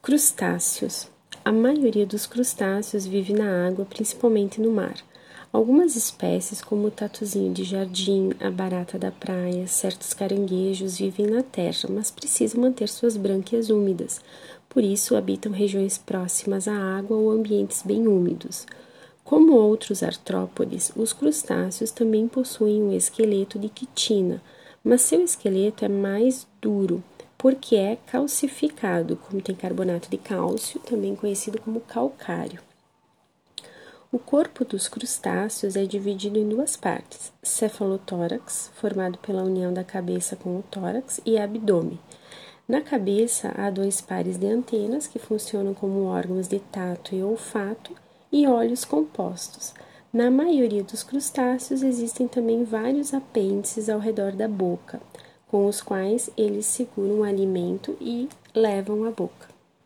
Crustáceos. A maioria dos crustáceos vive na água, principalmente no mar. Algumas espécies, como o tatuzinho de jardim, a barata da praia, certos caranguejos vivem na terra, mas precisam manter suas brânquias úmidas. Por isso, habitam regiões próximas à água ou ambientes bem úmidos. Como outros artrópodes, os crustáceos também possuem um esqueleto de quitina, mas seu esqueleto é mais duro, porque é calcificado, como tem carbonato de cálcio, também conhecido como calcário. O corpo dos crustáceos é dividido em duas partes: cefalotórax, formado pela união da cabeça com o tórax, e abdômen. Na cabeça há dois pares de antenas que funcionam como órgãos de tato e olfato e olhos compostos. Na maioria dos crustáceos existem também vários apêndices ao redor da boca, com os quais eles seguram o alimento e levam à boca.